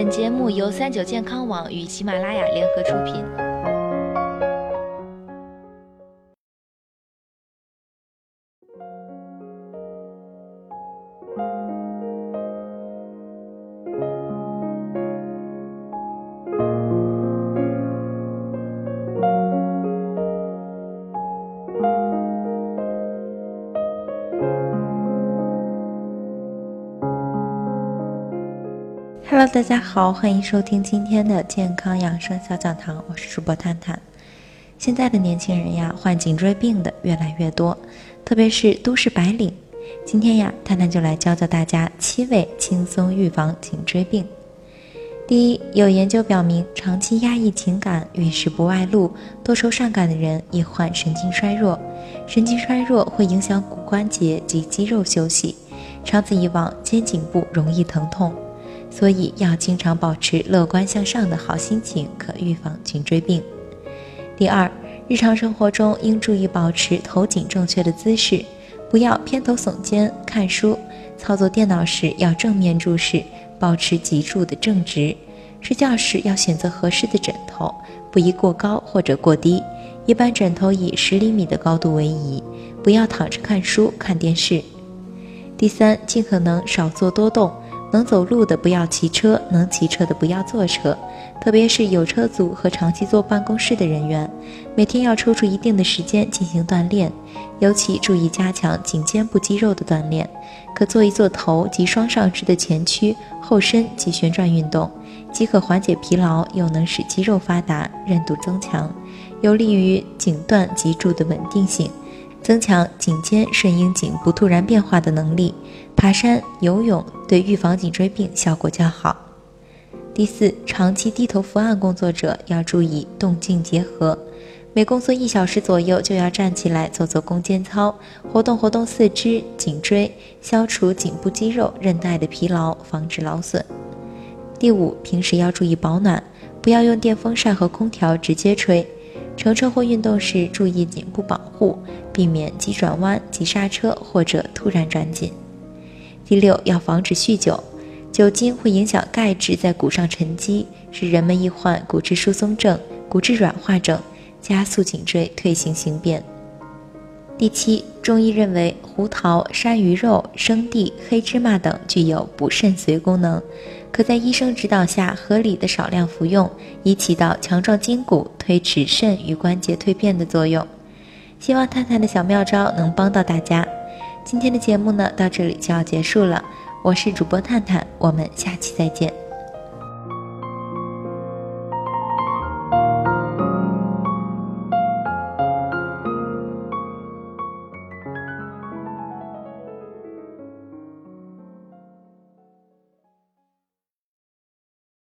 本节目由39健康网与喜马拉雅联合出品。 Hello， 大家好，欢迎收听今天的健康养生小讲堂，我是主播探探。现在的年轻人呀，患颈椎病的越来越多，特别是都市白领。今天呀，探探就来教大家7位轻松预防颈椎病。第一，有研究表明，长期压抑情感、遇事不外露、多愁善感的人易患神经衰弱。神经衰弱会影响骨关节及肌肉休息，长此以往，肩颈部容易疼痛。所以要经常保持乐观向上的好心情，可预防颈椎病。第二，日常生活中应注意保持头颈正确的姿势，不要偏头耸肩看书，操作电脑时要正面注视，保持脊柱的正直。睡觉时要选择合适的枕头，不宜过高或者过低，一般枕头以10厘米的高度为宜，不要躺着看书看电视。第三，尽可能少坐多动，能走路的不要骑车，能骑车的不要坐车，特别是有车族和长期坐办公室的人员，每天要抽出一定的时间进行锻炼，尤其注意加强颈肩部肌肉的锻炼，可做一做头及双上肢的前屈、后伸及旋转运动，既可缓解疲劳，又能使肌肉发达、韧度增强，有利于颈段脊柱的稳定性，增强颈肩顺应颈部突然变化的能力。爬山、游泳对预防颈椎病效果较好。第四，长期低头伏案工作者要注意动静结合，每工作1小时左右就要站起来做做弓肩操，活动活动四肢、颈椎，消除颈部肌肉、韧带的疲劳，防止劳损。第五，平时要注意保暖，不要用电风扇和空调直接吹。乘车或运动时注意颈部保护，避免急转弯、急刹车或者突然转紧。第六，要防止酗酒，酒精会影响钙质在骨上沉积，使人们易患骨质疏松症、骨质软化症，加速颈椎退行形变。第七，中医认为胡桃、山萸肉、生地、黑芝麻等具有补肾髓功能，可在医生指导下合理的少量服用，以起到强壮筋骨、推迟肾与关节蜕变的作用。希望探探的小妙招能帮到大家。今天的节目呢，到这里就要结束了，我是主播探探，我们下期再见。